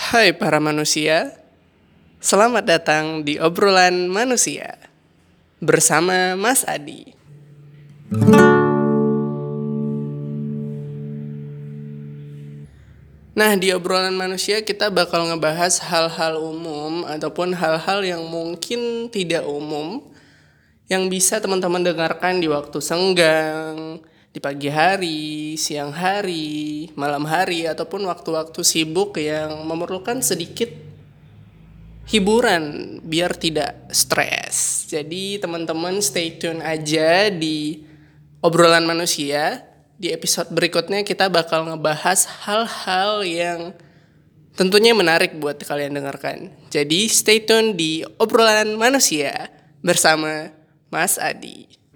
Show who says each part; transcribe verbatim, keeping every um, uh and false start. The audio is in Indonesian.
Speaker 1: Hai para manusia, selamat datang di obrolan manusia bersama Mas Adi. Nah, di obrolan manusia kita bakal ngebahas hal-hal umum ataupun hal-hal yang mungkin tidak umum yang bisa teman-teman dengarkan di waktu senggang, di pagi hari, siang hari, malam hari, ataupun waktu-waktu sibuk yang memerlukan sedikit hiburan biar tidak stres. Jadi teman-teman stay tune aja di obrolan manusia. Di episode berikutnya kita bakal ngebahas hal-hal yang tentunya menarik buat kalian dengarkan. Jadi stay tune di obrolan manusia bersama Mas Adi.